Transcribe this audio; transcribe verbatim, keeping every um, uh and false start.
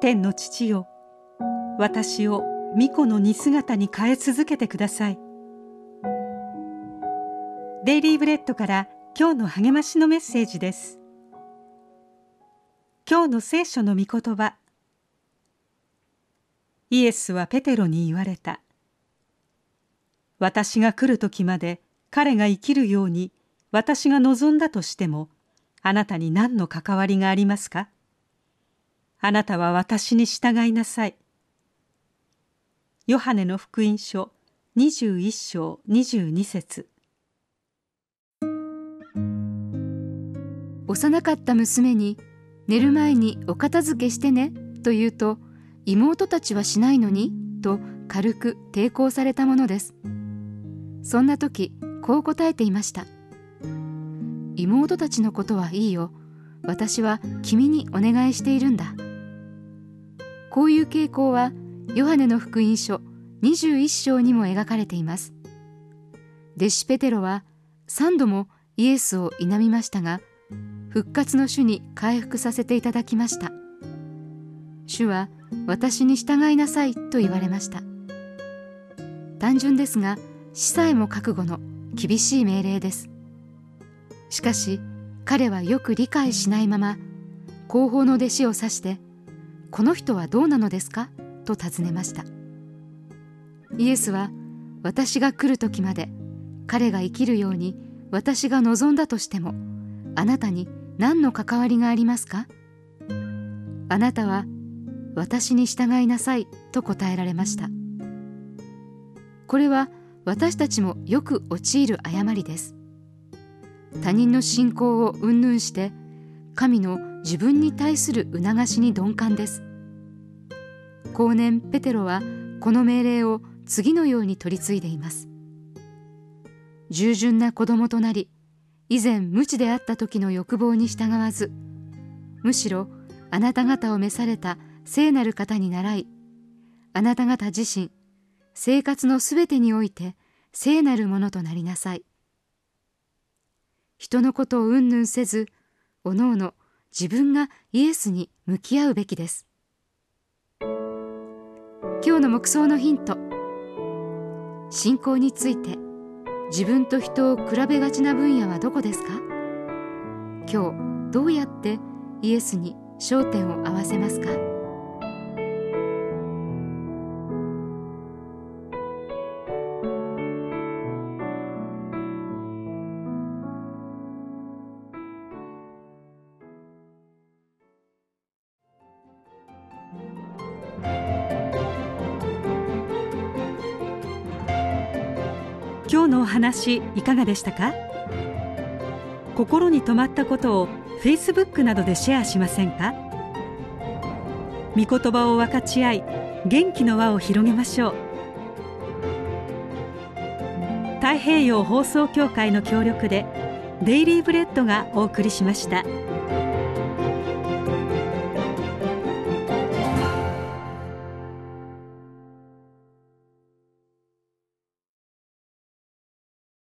天の父よ、私を御子の似姿に変え続けてください。デイリーブレッドから今日の励ましのメッセージです。今日の聖書の御言葉。イエスはペテロに言われた。私が来る時まで彼が生きるように私が望んだとしても、あなたに何の関わりがありますか？あなたは私に従いなさい。ヨハネの福音書にじゅういっ章にじゅうに節。 幼かった娘に寝る前にお片付けしてねと言うと、妹たちはしないのにと軽く抵抗されたものです。そんな時こう答えていました。妹たちのことはいいよ。私は君にお願いしているんだ。こういう傾向はヨハネの福音書にじゅういっ章にも描かれています。弟子ペテロは三度もイエスを否みましたが、復活の主に回復させていただきました。主は私に従いなさいと言われました。単純ですが死さえも覚悟の厳しい命令です。しかし彼はよく理解しないまま後方の弟子を指して、この人はどうなのですかと尋ねました。イエスは私が来る時まで彼が生きるように私が望んだとしても、あなたに何の関わりがありますか？あなたは私に従いなさいと答えられました。これは私たちもよく陥る誤りです。他人の信仰を云々して神の自分に対する促しに鈍感です。後年ペテロはこの命令を次のように取り継いでいます。従順な子供となり、以前無知であった時の欲望に従わず、むしろあなた方を召された聖なる方に倣い、あなた方自身生活のすべてにおいて聖なるものとなりなさい。人のことを云々せず、おのおの自分がイエスに向き合うべきです。今日の黙想のヒント。信仰について自分と人を比べがちな分野はどこですか？今日どうやってイエスに焦点を合わせますか？ 今日のお話いかがでしたか？心に留まったことを Facebook などでシェアしませんか？御言葉を分かち合い、元気の輪を広げましょう。太平洋放送協会の協力でデイリーブレッドがお送りしました。